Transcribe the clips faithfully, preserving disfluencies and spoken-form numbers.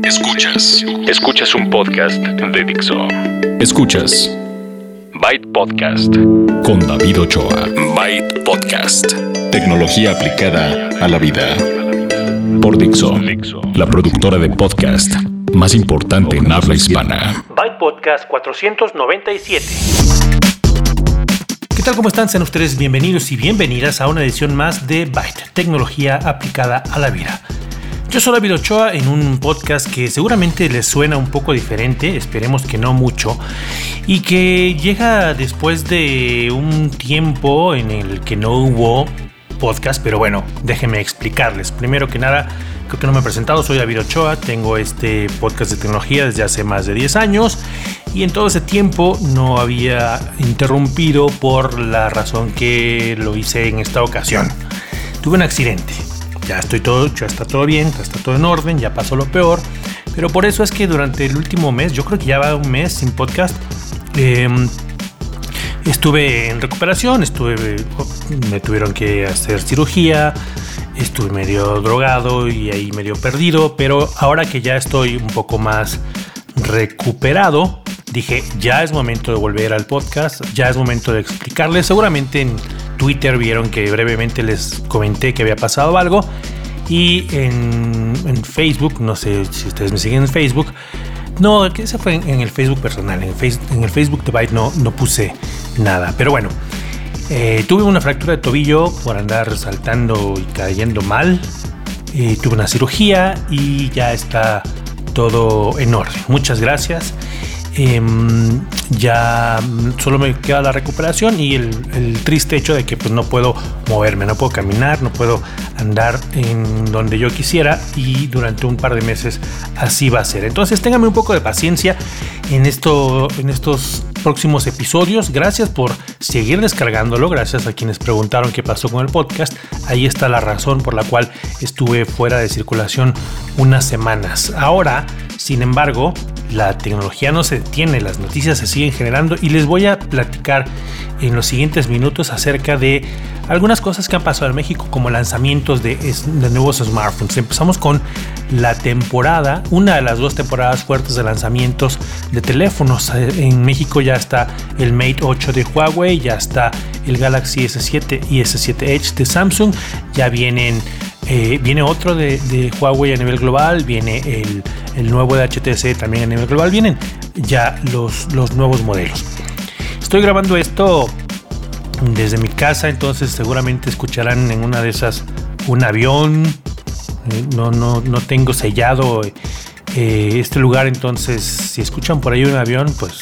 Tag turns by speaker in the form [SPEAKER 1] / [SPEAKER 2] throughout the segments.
[SPEAKER 1] Escuchas. Escuchas un podcast de Dixo. Escuchas Byte Podcast con David Ochoa. Byte Podcast. Tecnología aplicada a la vida. Por Dixo, la productora de podcast más importante en habla hispana.
[SPEAKER 2] Byte Podcast cuatrocientos noventa y siete. ¿Qué tal? ¿Cómo están? Sean ustedes bienvenidos y bienvenidas a una edición más de Byte, tecnología aplicada a la vida. Yo soy David Ochoa en un podcast que seguramente les suena un poco diferente, esperemos que no mucho, y que llega después de un tiempo en el que no hubo podcast, pero bueno, déjenme explicarles. Primero que nada, creo que no me he presentado, soy David Ochoa, tengo este podcast de tecnología desde hace más de diez años y en todo ese tiempo no había interrumpido por la razón que lo hice en esta ocasión. Tuve un accidente. Ya estoy todo, ya está todo bien, ya está todo en orden, ya pasó lo peor. Pero por eso es que durante el último mes, yo creo que ya va un mes sin podcast, eh, estuve en recuperación, estuve, me tuvieron que hacer cirugía, estuve medio drogado y ahí medio perdido. Pero ahora que ya estoy un poco más recuperado, dije, ya es momento de volver al podcast, ya es momento de explicarles. Seguramente en Twitter vieron que brevemente les comenté que había pasado algo, y en, en Facebook, no sé si ustedes me siguen en Facebook, no, que ese fue en, en el Facebook personal, en el, face, en el Facebook de Byte no, no puse nada, pero bueno, eh, tuve una fractura de tobillo por andar saltando y cayendo mal, eh, tuve una cirugía y ya está todo en orden, muchas gracias. Eh, ya solo me queda la recuperación y el, el triste hecho de que pues no puedo moverme, no puedo caminar, no puedo andar en donde yo quisiera, y durante un par de meses así va a ser. Entonces ténganme un poco de paciencia en, esto, en estos próximos episodios. Gracias por seguir descargándolo, gracias a quienes preguntaron qué pasó con el podcast. Ahí está la razón por la cual estuve fuera de circulación unas semanas. Ahora, sin embargo, la tecnología no se detiene, las noticias se siguen generando y les voy a platicar en los siguientes minutos acerca de algunas cosas que han pasado en México, como lanzamientos de, de nuevos smartphones. Empezamos con la temporada, una de las dos temporadas fuertes de lanzamientos de teléfonos. En México ya está el Mate ocho de Huawei, ya está el Galaxy ese siete y ese siete Edge de Samsung, ya vienen Eh, viene otro de, de Huawei a nivel global, viene el, el nuevo de H T C también a nivel global, vienen ya los, los nuevos modelos. Estoy grabando esto desde mi casa, entonces seguramente escucharán en una de esas un avión. Eh, no, no, no tengo sellado eh, este lugar, entonces si escuchan por ahí un avión, pues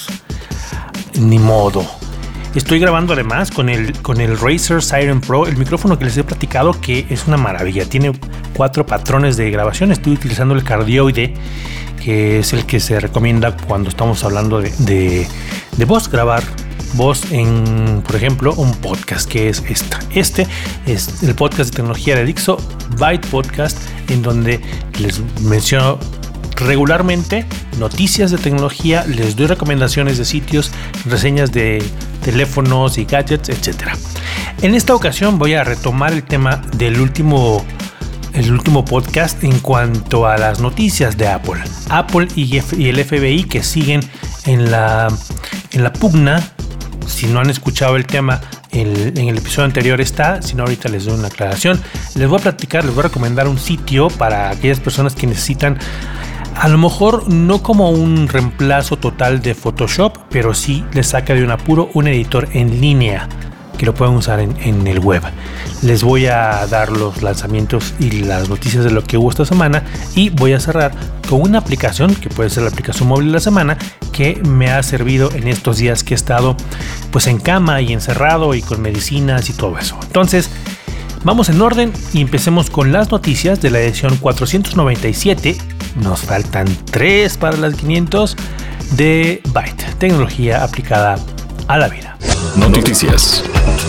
[SPEAKER 2] ni modo. Estoy grabando además con el, con el Razer Siren Pro, el micrófono que les he platicado que es una maravilla. Tiene cuatro patrones de grabación. Estoy utilizando el cardioide, que es el que se recomienda cuando estamos hablando de, de, de voz, grabar voz en, por ejemplo, un podcast, que es esta. Este es el podcast de tecnología de Dixo, Byte Podcast, en donde les menciono regularmente noticias de tecnología, les doy recomendaciones de sitios, reseñas de teléfonos y gadgets, etcétera. En esta ocasión voy a retomar el tema del último, el último podcast en cuanto a las noticias de Apple. Apple y, F, y el F B I que siguen en la, en la pugna. Si no han escuchado el tema, el, en el episodio anterior está, si no ahorita les doy una aclaración. Les voy a platicar, les voy a recomendar un sitio para aquellas personas que necesitan, a lo mejor no como un reemplazo total de Photoshop, pero sí les saca de un apuro un editor en línea que lo pueden usar en, en el web. Les voy a dar los lanzamientos y las noticias de lo que hubo esta semana, y voy a cerrar con una aplicación que puede ser la aplicación móvil de la semana, que me ha servido en estos días que he estado pues en cama y encerrado y con medicinas y todo eso. Entonces vamos en orden y empecemos con las noticias de la edición cuatrocientos noventa y siete. Nos faltan tres para las quinientos de Byte, tecnología aplicada a la vida.
[SPEAKER 1] Noticias.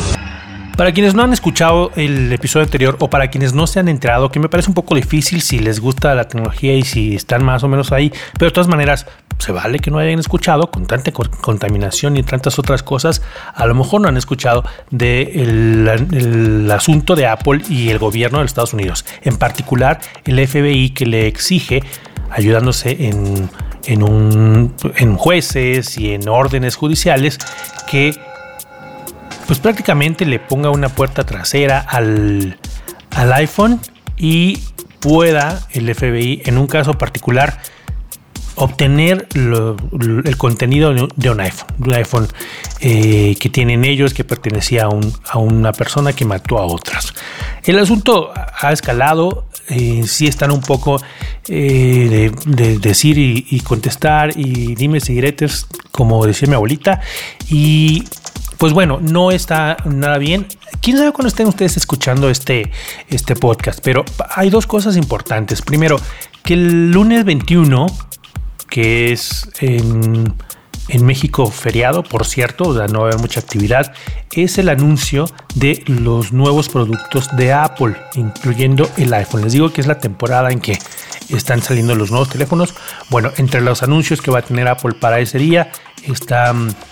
[SPEAKER 2] Para quienes no han escuchado el episodio anterior, o para quienes no se han enterado, que me parece un poco difícil si les gusta la tecnología y si están más o menos ahí, pero de todas maneras se vale que no hayan escuchado, con tanta contaminación y tantas otras cosas, a lo mejor no han escuchado del de el asunto de Apple y el gobierno de los Estados Unidos, en particular el F B I, que le exige ayudándose en, en, un, en jueces y en órdenes judiciales que pues prácticamente le ponga una puerta trasera al, al iPhone y pueda el F B I en un caso particular obtener lo, lo, el contenido de un iPhone, un iPhone eh, que tienen ellos, que pertenecía a, un, a una persona que mató a otras. El asunto ha escalado, eh, sí están un poco eh, de, de decir y, y contestar y dimes y diretes, como decía mi abuelita, y pues bueno, no está nada bien. Quién sabe cuando estén ustedes escuchando este, este podcast, pero hay dos cosas importantes. Primero, que el lunes veintiuno, que es en, en México feriado, por cierto, o sea, no va a haber mucha actividad, es el anuncio de los nuevos productos de Apple, incluyendo el iPhone. Les digo que es la temporada en que están saliendo los nuevos teléfonos. Bueno, entre los anuncios que va a tener Apple para ese día está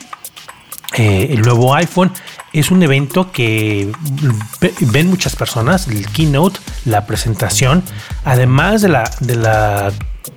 [SPEAKER 2] eh, el nuevo iPhone. Es un evento que ven muchas personas, el keynote, la presentación, además de la... De la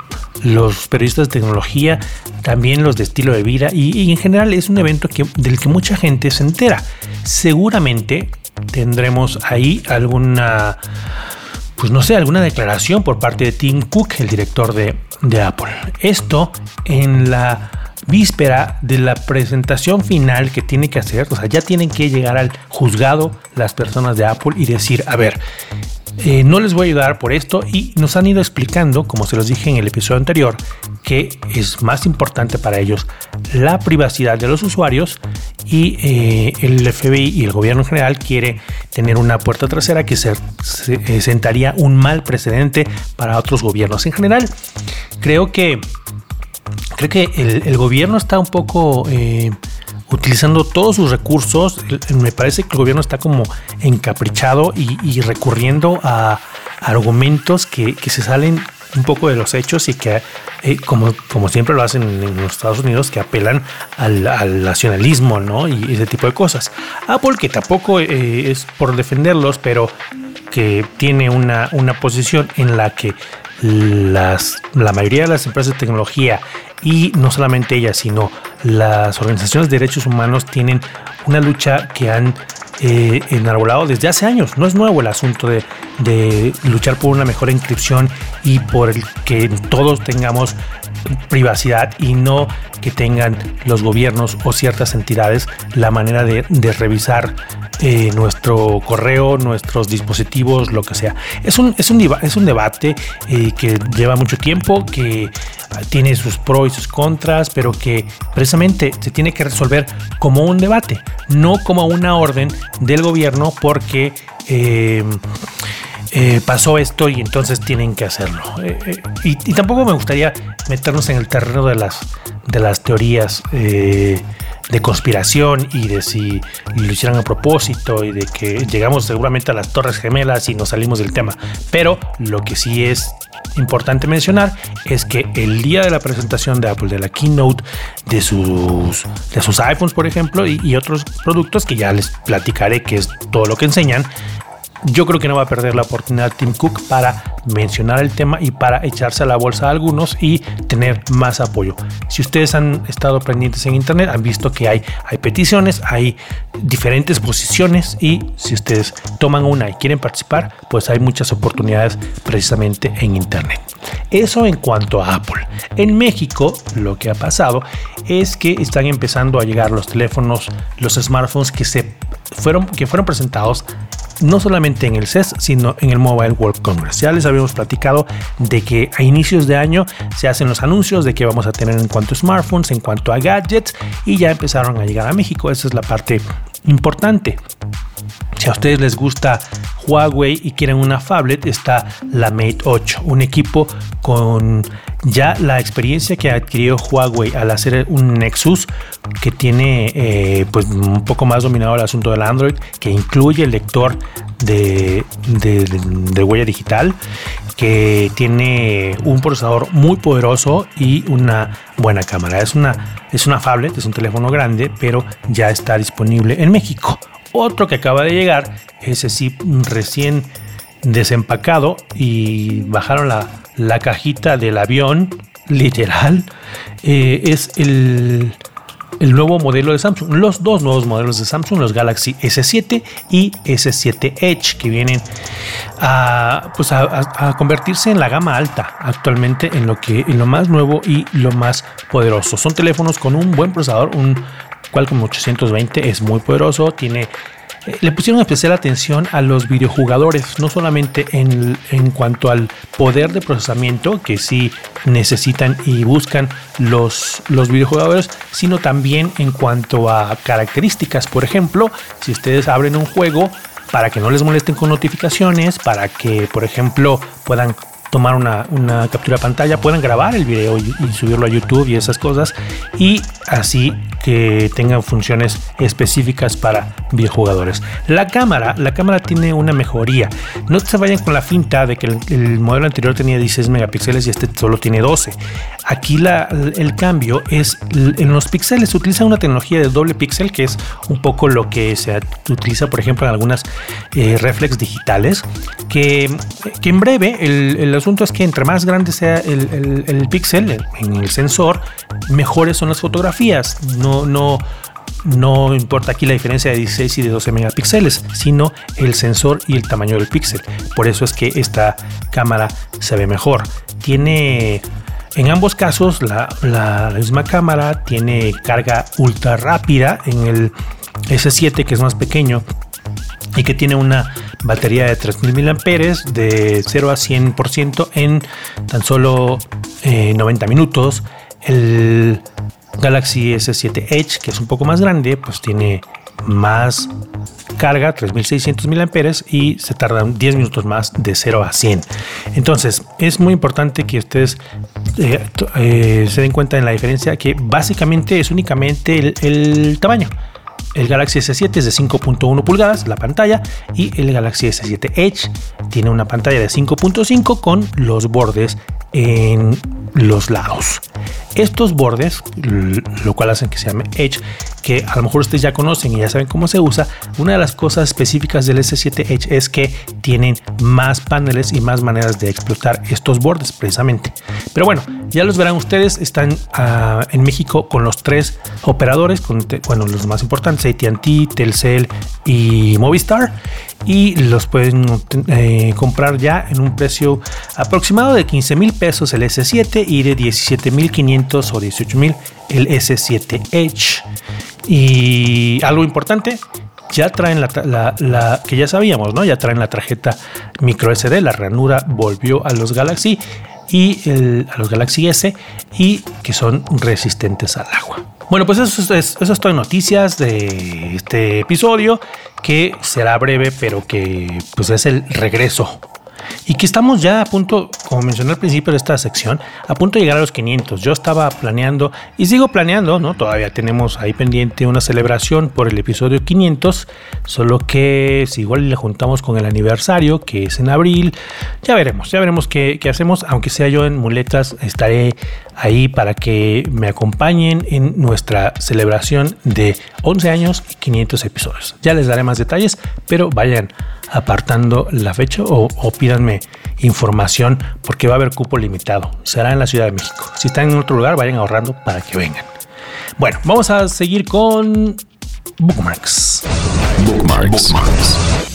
[SPEAKER 2] los periodistas de tecnología, también los de estilo de vida, y, y en general es un evento que, del que mucha gente se entera. Seguramente tendremos ahí alguna, pues no sé, alguna declaración por parte de Tim Cook, el director de, de Apple. Esto en la víspera de la presentación final que tiene que hacer, o sea, ya tienen que llegar al juzgado las personas de Apple y decir, a ver, Eh, no les voy a ayudar por esto, y nos han ido explicando, como se los dije en el episodio anterior, que es más importante para ellos la privacidad de los usuarios, y eh, el F B I y el gobierno en general quiere tener una puerta trasera que se, se eh, sentaría un mal precedente para otros gobiernos. En general, creo que creo que el, el gobierno está un poco eh, utilizando todos sus recursos. Me parece que el gobierno está como encaprichado y, y recurriendo a, a argumentos que, que se salen un poco de los hechos y que, eh, como, como siempre lo hacen en los Estados Unidos, que apelan al, al nacionalismo, ¿no? Y ese tipo de cosas. Apple, que tampoco eh, es por defenderlos, pero que tiene una, una posición en la que las, la mayoría de las empresas de tecnología, y no solamente ellas, sino las organizaciones de derechos humanos, tienen una lucha que han eh, enarbolado desde hace años. No es nuevo el asunto de, de luchar por una mejor encripción y por el que todos tengamos privacidad, y no que tengan los gobiernos o ciertas entidades la manera de, de revisar eh, nuestro correo, nuestros dispositivos, lo que sea. Es un, es un, es un debate eh, que lleva mucho tiempo, que tiene sus pros y sus contras, pero que precisamente se tiene que resolver como un debate, no como una orden del gobierno, porque eh, eh, pasó esto y entonces tienen que hacerlo. Eh, eh, y, y tampoco me gustaría meternos en el terreno de las, de las teorías eh, de conspiración y de si lo hicieran a propósito y de que llegamos seguramente a las Torres Gemelas y nos salimos del tema. Pero lo que sí es importante mencionar es que el día de la presentación de Apple, de la keynote de sus, de sus iPhones, por ejemplo, y, y otros productos que ya les platicaré que es todo lo que enseñan, yo creo que no va a perder la oportunidad Tim Cook para mencionar el tema y para echarse a la bolsa a algunos y tener más apoyo. Si ustedes han estado pendientes en internet, han visto que hay, hay peticiones, hay diferentes posiciones, y si ustedes toman una y quieren participar, pues hay muchas oportunidades precisamente en internet. Eso en cuanto a Apple. En México, lo que ha pasado es que están empezando a llegar los teléfonos, los smartphones que se fueron, que fueron presentados no solamente en el C E S, sino en el Mobile World Congress. Ya les habíamos platicado de que a inicios de año se hacen los anuncios de que vamos a tener en cuanto a smartphones, en cuanto a gadgets, y ya empezaron a llegar a México. Esa es la parte importante. Si a ustedes les gusta Huawei y quieren una phablet, está la Mate ocho, un equipo con ya la experiencia que adquirió Huawei al hacer un Nexus que tiene eh, pues un poco más dominado el asunto del Android, que incluye el lector de, de, de, de huella digital, que tiene un procesador muy poderoso y una buena cámara. Es una, es una phablet, es un teléfono grande, pero ya está disponible en México. Otro que acaba de llegar, ese sí recién desempacado, y bajaron la, la cajita del avión, literal, eh, es el, el nuevo modelo de Samsung. Los dos nuevos modelos de Samsung, los Galaxy ese siete y ese siete Edge, que vienen a, pues a, a, a convertirse en la gama alta actualmente, en lo, que, en lo más nuevo y lo más poderoso. Son teléfonos con un buen procesador, un Qualcomm ochocientos veinte, es muy poderoso, tiene... Le pusieron especial atención a los videojugadores, no solamente en, en cuanto al poder de procesamiento que sí necesitan y buscan los, los videojugadores, sino también en cuanto a características. Por ejemplo, si ustedes abren un juego, para que no les molesten con notificaciones, para que, por ejemplo, puedan tomar una, una captura de pantalla, puedan grabar el video y, y subirlo a YouTube y esas cosas, y así que tengan funciones específicas para videojugadores. La cámara, la cámara tiene una mejoría. No se vayan con la finta de que el, el modelo anterior tenía dieciséis megapíxeles y este solo tiene doce. Aquí la, el cambio es en los píxeles. Se utiliza una tecnología de doble píxel, que es un poco lo que se utiliza, por ejemplo, en algunas eh, reflex digitales, que, que en breve el, el asunto es que entre más grande sea el, el, el píxel en el sensor, mejores son las fotografías. No, no, no importa aquí la diferencia de dieciséis y de doce megapíxeles, sino el sensor y el tamaño del píxel. Por eso es que esta cámara se ve mejor. Tiene, en ambos casos, la, la misma cámara tiene carga ultra rápida en el ese siete, que es más pequeño y que tiene una batería de tres mil miliamperios hora de cero a cien por ciento en tan solo eh, noventa minutos. El Galaxy ese siete Edge, que es un poco más grande, pues tiene más carga, tres mil seiscientos miliamperios hora, y se tardan diez minutos más de cero a cien. Entonces es muy importante que ustedes eh, eh, se den cuenta en la diferencia, que básicamente es únicamente el, el tamaño. El Galaxy ese siete es de cinco punto uno pulgadas la pantalla, y el Galaxy ese siete Edge tiene una pantalla de cinco punto cinco con los bordes en los lados. Estos bordes, lo cual hacen que se llame Edge, que a lo mejor ustedes ya conocen y ya saben cómo se usa. Una de las cosas específicas del ese siete Edge es que tienen más paneles y más maneras de explotar estos bordes precisamente. Pero bueno, ya los verán ustedes. Están uh, en México con los tres operadores, con te, bueno, los más importantes, A T and T, Telcel y Movistar, y los pueden eh, comprar ya en un precio aproximado de quince mil pesos el ese siete y de diecisiete mil quinientos o dieciocho mil el ese siete Edge. Y algo importante, ya traen la, la, la que ya sabíamos, ¿no? Ya traen la tarjeta micro ese de, la ranura volvió a los Galaxy y el, a los Galaxy S, y que son resistentes al agua. Bueno, pues eso es, eso es todo, noticias de este episodio, que será breve, pero que pues es el regreso. Y que estamos ya a punto, como mencioné al principio de esta sección, a punto de llegar a los quinientos. Yo estaba planeando y sigo planeando, ¿no? Todavía tenemos ahí pendiente una celebración por el episodio quinientos, solo que si igual le juntamos con el aniversario, que es en abril, ya veremos, ya veremos qué, qué hacemos. Aunque sea yo en muletas, estaré ahí para que me acompañen en nuestra celebración de once años y quinientos episodios. Ya les daré más detalles, pero vayan apartando la fecha o, o pídanme información, porque va a haber cupo limitado. Será en la Ciudad de México. Si están en otro lugar, vayan ahorrando para que vengan. Bueno, vamos a seguir con bookmarks. Bookmarks. Bookmarks.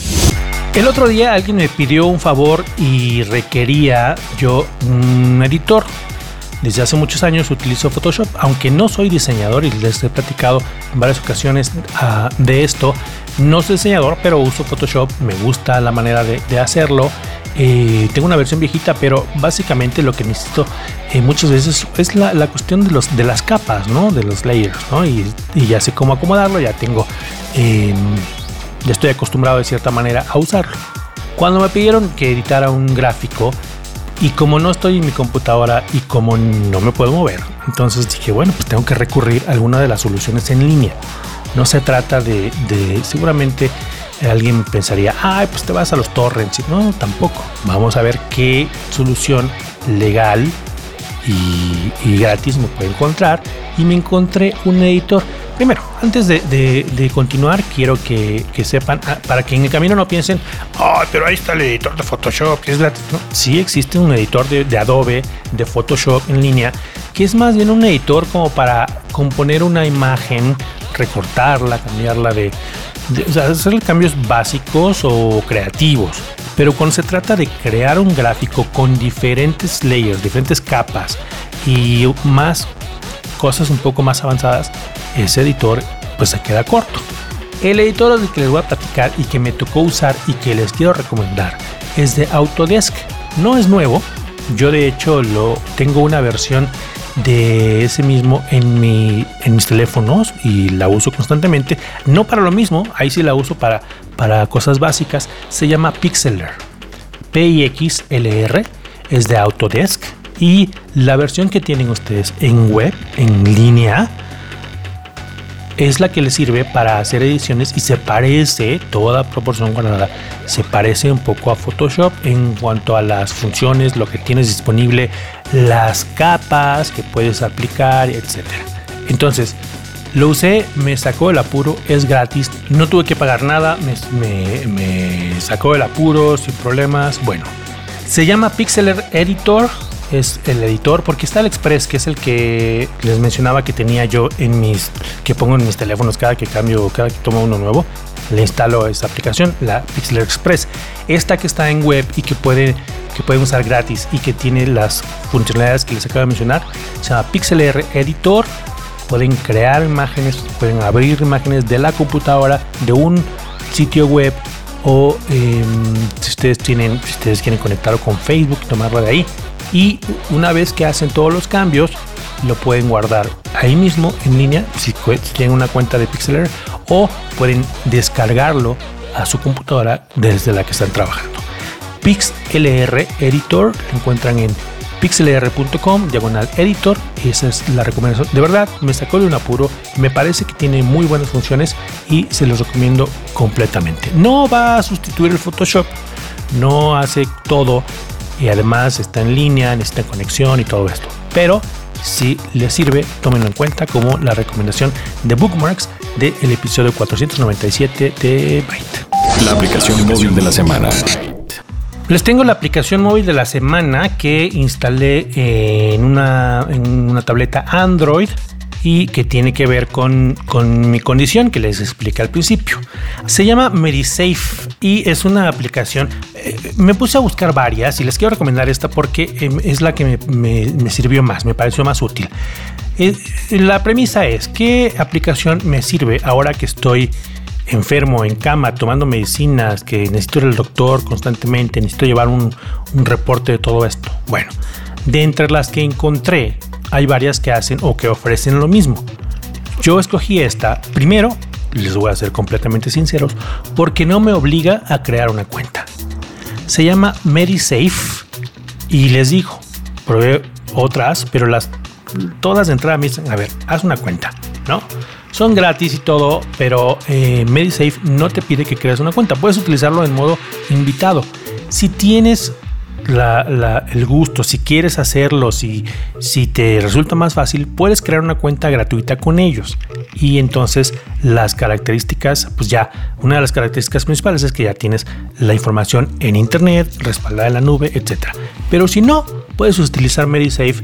[SPEAKER 2] El otro día alguien me pidió un favor y requería yo un editor. Desde hace muchos años utilizo Photoshop, aunque no soy diseñador y les he platicado en varias ocasiones uh, de esto. No soy diseñador, pero uso Photoshop, me gusta la manera de, de hacerlo. Eh, tengo una versión viejita, pero básicamente lo que necesito eh, muchas veces es la, la cuestión de, los, de las capas, ¿no? De los layers, ¿no? Y, y ya sé cómo acomodarlo, ya tengo, eh, ya estoy acostumbrado de cierta manera a usarlo. Cuando me pidieron que editara un gráfico, y como no estoy en mi computadora y como no me puedo mover, entonces dije, bueno, pues tengo que recurrir a alguna de las soluciones en línea. No se trata de, de seguramente alguien pensaría, ay, pues te vas a los torrents. No, tampoco. Vamos a ver qué solución legal y, y gratis me puedo encontrar. Y me encontré un editor. Primero, antes de, de, de continuar, quiero que, que sepan, para que en el camino no piensen, oh, pero ahí está el editor de Photoshop, que es gratis. No, sí existe un editor de, de Adobe, de Photoshop en línea, que es más bien un editor como para componer una imagen, recortarla, cambiarla de, de o sea, hacer cambios básicos o creativos. Pero cuando se trata de crear un gráfico con diferentes layers, diferentes capas y más cosas un poco más avanzadas, ese editor pues se queda corto. El editor del que les voy a platicar y que me tocó usar y que les quiero recomendar es de Autodesk. No es nuevo, yo de hecho lo tengo una versión de ese mismo en, mi, en mis teléfonos y la uso constantemente, no para lo mismo, ahí sí la uso para, para cosas básicas. Se llama Pixlr, P I X L R, es de Autodesk, y la versión que tienen ustedes en web, en línea, es la que les sirve para hacer ediciones y se parece, toda proporción guardada, se parece un poco a Photoshop en cuanto a las funciones, lo que tienes disponible, las capas que puedes aplicar, etcétera. Entonces, lo usé, me sacó el apuro, es gratis, no tuve que pagar nada, me, me, me sacó el apuro sin problemas. Bueno, se llama Pixlr Editor. Es el editor, porque está el Express, que es el que les mencionaba que tenía yo en mis, que pongo en mis teléfonos cada que cambio, cada que tomo uno nuevo, le instalo esta aplicación, la Pixlr Express. Esta que está en web y que puede, que pueden usar gratis y que tiene las funcionalidades que les acabo de mencionar, se llama Pixlr Editor. Pueden crear imágenes, pueden abrir imágenes de la computadora, de un sitio web, o eh, si ustedes tienen, si ustedes quieren conectarlo con Facebook, tomarlo de ahí. Y una vez que hacen todos los cambios, lo pueden guardar ahí mismo en línea si tienen una cuenta de Pixlr, o pueden descargarlo a su computadora desde la que están trabajando. Pixlr Editor lo encuentran en pixlr punto com diagonal editor. Esa es la recomendación. De verdad, me sacó de un apuro. Me parece que tiene muy buenas funciones y se los recomiendo completamente. No va a sustituir el Photoshop, no hace todo. Y además está en línea, necesita conexión y todo esto. Pero si les sirve, tómenlo en cuenta como la recomendación de Bookmarks del episodio cuatrocientos noventa y siete de Byte.
[SPEAKER 1] La aplicación móvil de la semana.
[SPEAKER 2] Les tengo la aplicación móvil de la semana que instalé en una, en una tableta Android y que tiene que ver con, con mi condición que les expliqué al principio. Se llama MediSafe y es una aplicación. Eh, me puse a buscar varias y les quiero recomendar esta porque eh, es la que me, me, me sirvió más, me pareció más útil. Eh, la premisa es: ¿qué aplicación me sirve ahora que estoy enfermo, en cama, tomando medicinas, que necesito ir al doctor constantemente, necesito llevar un, un reporte de todo esto? Bueno, de entre las que encontré, hay varias que hacen o que ofrecen lo mismo. Yo escogí esta, primero, les voy a ser completamente sinceros, porque no me obliga a crear una cuenta. Se llama MediSafe y les digo, probé otras, pero las todas de entrada me dicen, a ver, haz una cuenta, ¿no? Son gratis y todo, pero eh, MediSafe no te pide que crees una cuenta. Puedes utilizarlo en modo invitado. Si tienes La, la, el gusto, si quieres hacerlo, si, si te resulta más fácil, puedes crear una cuenta gratuita con ellos. Y entonces las características, pues ya, una de las características principales es que ya tienes la información en internet, respaldada en la nube, etcétera. Pero si no, puedes utilizar MediSafe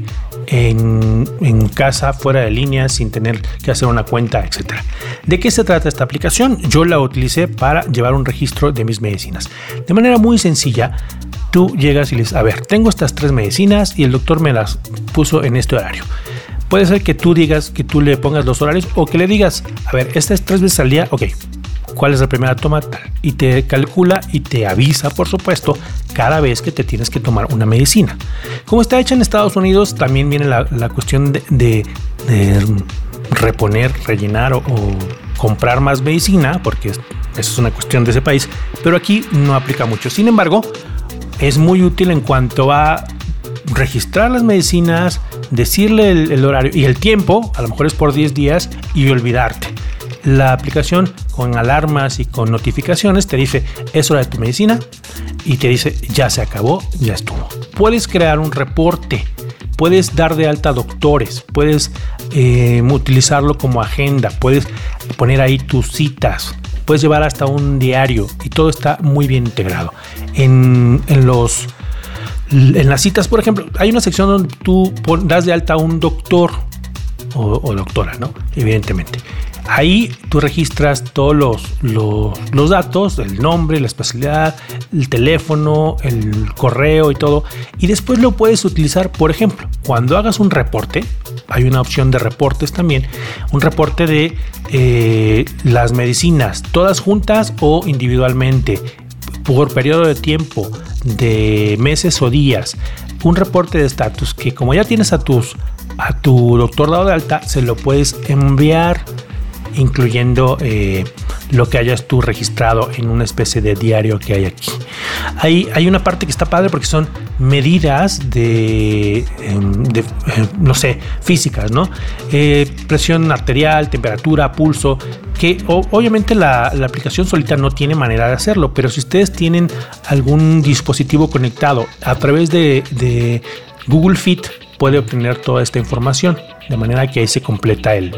[SPEAKER 2] en, en casa, fuera de línea, sin tener que hacer una cuenta, etcétera. ¿De qué se trata esta aplicación? Yo la utilicé para llevar un registro de mis medicinas. De manera muy sencilla, tú llegas y le dices, a ver, tengo estas tres medicinas y el doctor me las puso en este horario. Puede ser que tú digas, que tú le pongas los horarios, o que le digas, a ver, estas tres veces al día, ok, ¿cuál es la primera toma? Tal. Y te calcula y te avisa, por supuesto, cada vez que te tienes que tomar una medicina. Como está hecha en Estados Unidos, también viene la, la cuestión de, de, de reponer, rellenar o, o comprar más medicina, porque eso es una cuestión de ese país, pero aquí no aplica mucho. Sin embargo, es muy útil en cuanto a registrar las medicinas, decirle el, el horario y el tiempo, a lo mejor es por diez días, y olvidarte. La aplicación con alarmas y con notificaciones te dice, es hora de tu medicina, y te dice, ya se acabó, ya estuvo. Puedes crear un reporte, puedes dar de alta doctores, puedes eh, utilizarlo como agenda, puedes poner ahí tus citas, puedes llevar hasta un diario y todo está muy bien integrado. En, en, los, en las citas, por ejemplo, hay una sección donde tú das de alta a un doctor o, o doctora, ¿no? Evidentemente. Ahí tú registras todos los, los, los datos, el nombre, la especialidad, el teléfono, el correo y todo. Y después lo puedes utilizar, por ejemplo, cuando hagas un reporte. Hay una opción de reportes también. Un reporte de eh, las medicinas, todas juntas o individualmente, por periodo de tiempo, de meses o días. Un reporte de estatus que, como ya tienes a, tus, a tu doctor dado de alta, se lo puedes enviar, incluyendo eh, lo que hayas tú registrado en una especie de diario que hay aquí. Hay, hay una parte que está padre porque son medidas de, de no sé, físicas, ¿no? Eh, presión arterial, temperatura, pulso, que o, obviamente la, la aplicación solita no tiene manera de hacerlo, pero si ustedes tienen algún dispositivo conectado a través de, de Google Fit, puede obtener toda esta información, de manera que ahí se completa el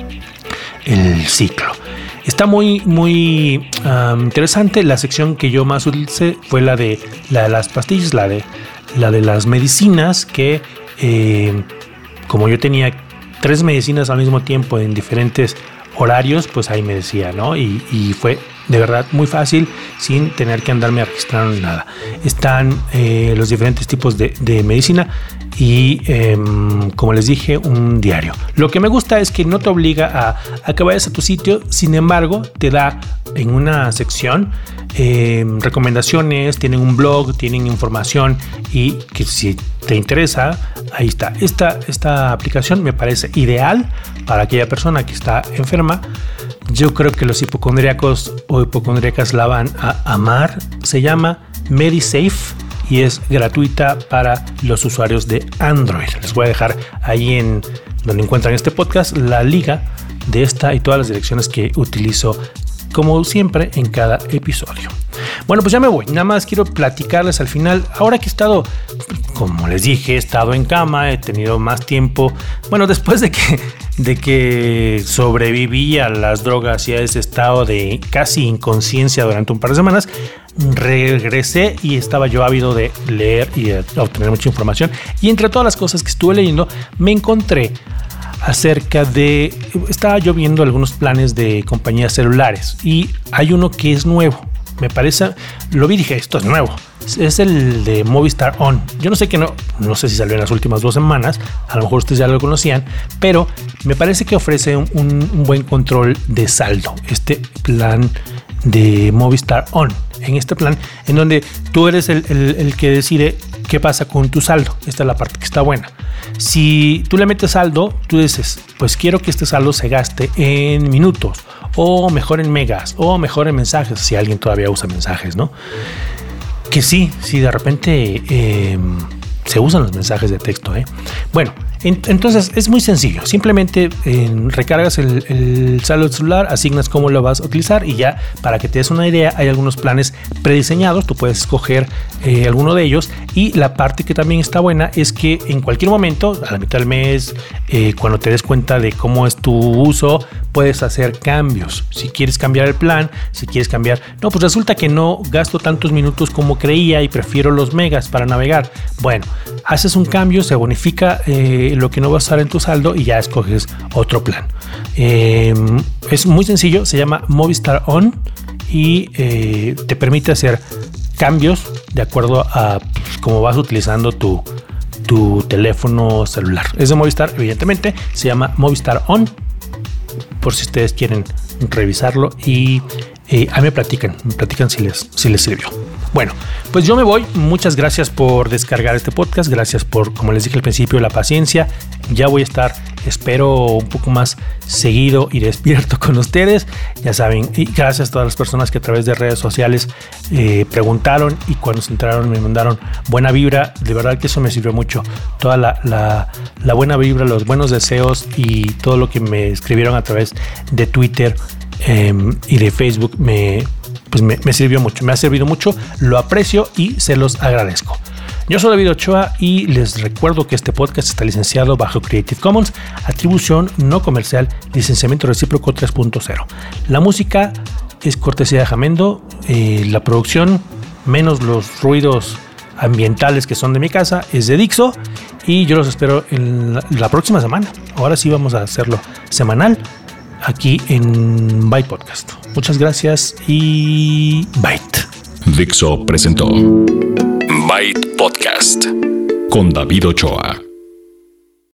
[SPEAKER 2] el ciclo. Está muy muy um, interesante. La sección que yo más utilicé fue la de, la de las pastillas, la de, la de las medicinas, que eh, como yo tenía tres medicinas al mismo tiempo en diferentes horarios, pues ahí me decía, ¿no? Y, y fue de verdad muy fácil, sin tener que andarme registrando ni nada. Están eh, los diferentes tipos de, de medicina y eh, como les dije, un diario. Lo que me gusta es que no te obliga a, a que vayas a tu sitio, sin embargo te da en una sección eh, recomendaciones, tienen un blog, tienen información, y que si te interesa, ahí está. Esta, esta aplicación me parece ideal para aquella persona que está enferma. Yo creo que los hipocondríacos o hipocondríacas la van a amar. Se llama MediSafe y es gratuita para los usuarios de Android. Les voy a dejar ahí en donde encuentran este podcast la liga de esta y todas las direcciones que utilizo, como siempre, en cada episodio. Bueno, pues ya me voy. Nada más quiero platicarles al final. Ahora que he estado, como les dije, he estado en cama, he tenido más tiempo. Bueno, después de que, de que sobreviví a las drogas y a ese estado de casi inconsciencia durante un par de semanas, regresé y estaba yo ávido de leer y de obtener mucha información. Y entre todas las cosas que estuve leyendo, me encontré acerca de... Estaba yo viendo algunos planes de compañías celulares y hay uno que es nuevo. Me parece, lo vi y dije, esto es nuevo. Es el de Movistar On. Yo no sé que no, no sé si salió en las últimas dos semanas. A lo mejor ustedes ya lo conocían, pero me parece que ofrece un, un buen control de saldo. Este plan de Movistar On. En este plan, en donde tú eres el, el, el que decide qué pasa con tu saldo. Esta es la parte que está buena. Si tú le metes saldo, tú dices, pues quiero que este saldo se gaste en minutos, o mejor en megas, o mejor en mensajes, si alguien todavía usa mensajes, ¿no? Que sí, sí, de repente eh, se usan los mensajes de texto, ¿eh? Bueno, en, entonces es muy sencillo. Simplemente eh, recargas el, el saldo del celular, asignas cómo lo vas a utilizar y ya, para que te des una idea, hay algunos planes prediseñados. Tú puedes escoger eh, alguno de ellos, y la parte que también está buena es que en cualquier momento, a la mitad del mes, eh, cuando te des cuenta de cómo es tu uso, puedes hacer cambios. Si quieres cambiar el plan, si quieres cambiar, no, pues resulta que no gasto tantos minutos como creía y prefiero los megas para navegar. Bueno, haces un cambio, se bonifica eh, lo que no vas a usar en tu saldo y ya escoges otro plan. Eh, es muy sencillo, se llama Movistar On y eh, te permite hacer cambios de acuerdo a pues, cómo vas utilizando tu, tu teléfono celular. Es de Movistar, evidentemente, se llama Movistar On, por si ustedes quieren revisarlo, y eh, a mí me platican, me platican si les, si les sirvió. Bueno, pues yo me voy. Muchas gracias por descargar este podcast. Gracias por, como les dije al principio, la paciencia. Ya voy a estar, espero, un poco más seguido y despierto con ustedes. Ya saben, y gracias a todas las personas que a través de redes sociales eh, preguntaron, y cuando se enteraron me mandaron buena vibra. De verdad que eso me sirvió mucho. Toda la, la, la buena vibra, los buenos deseos y todo lo que me escribieron a través de Twitter eh, y de Facebook me... pues me, me sirvió mucho, me ha servido mucho, lo aprecio y se los agradezco. Yo soy David Ochoa y les recuerdo que este podcast está licenciado bajo Creative Commons, atribución no comercial, licenciamiento recíproco tres punto cero. La música es cortesía de Jamendo, eh, la producción, menos los ruidos ambientales que son de mi casa, es de Dixo, y yo los espero en la, la próxima semana. Ahora sí vamos a hacerlo semanal aquí en Byte Podcast. Muchas gracias y Byte.
[SPEAKER 1] Dixo presentó Byte Podcast con David Ochoa.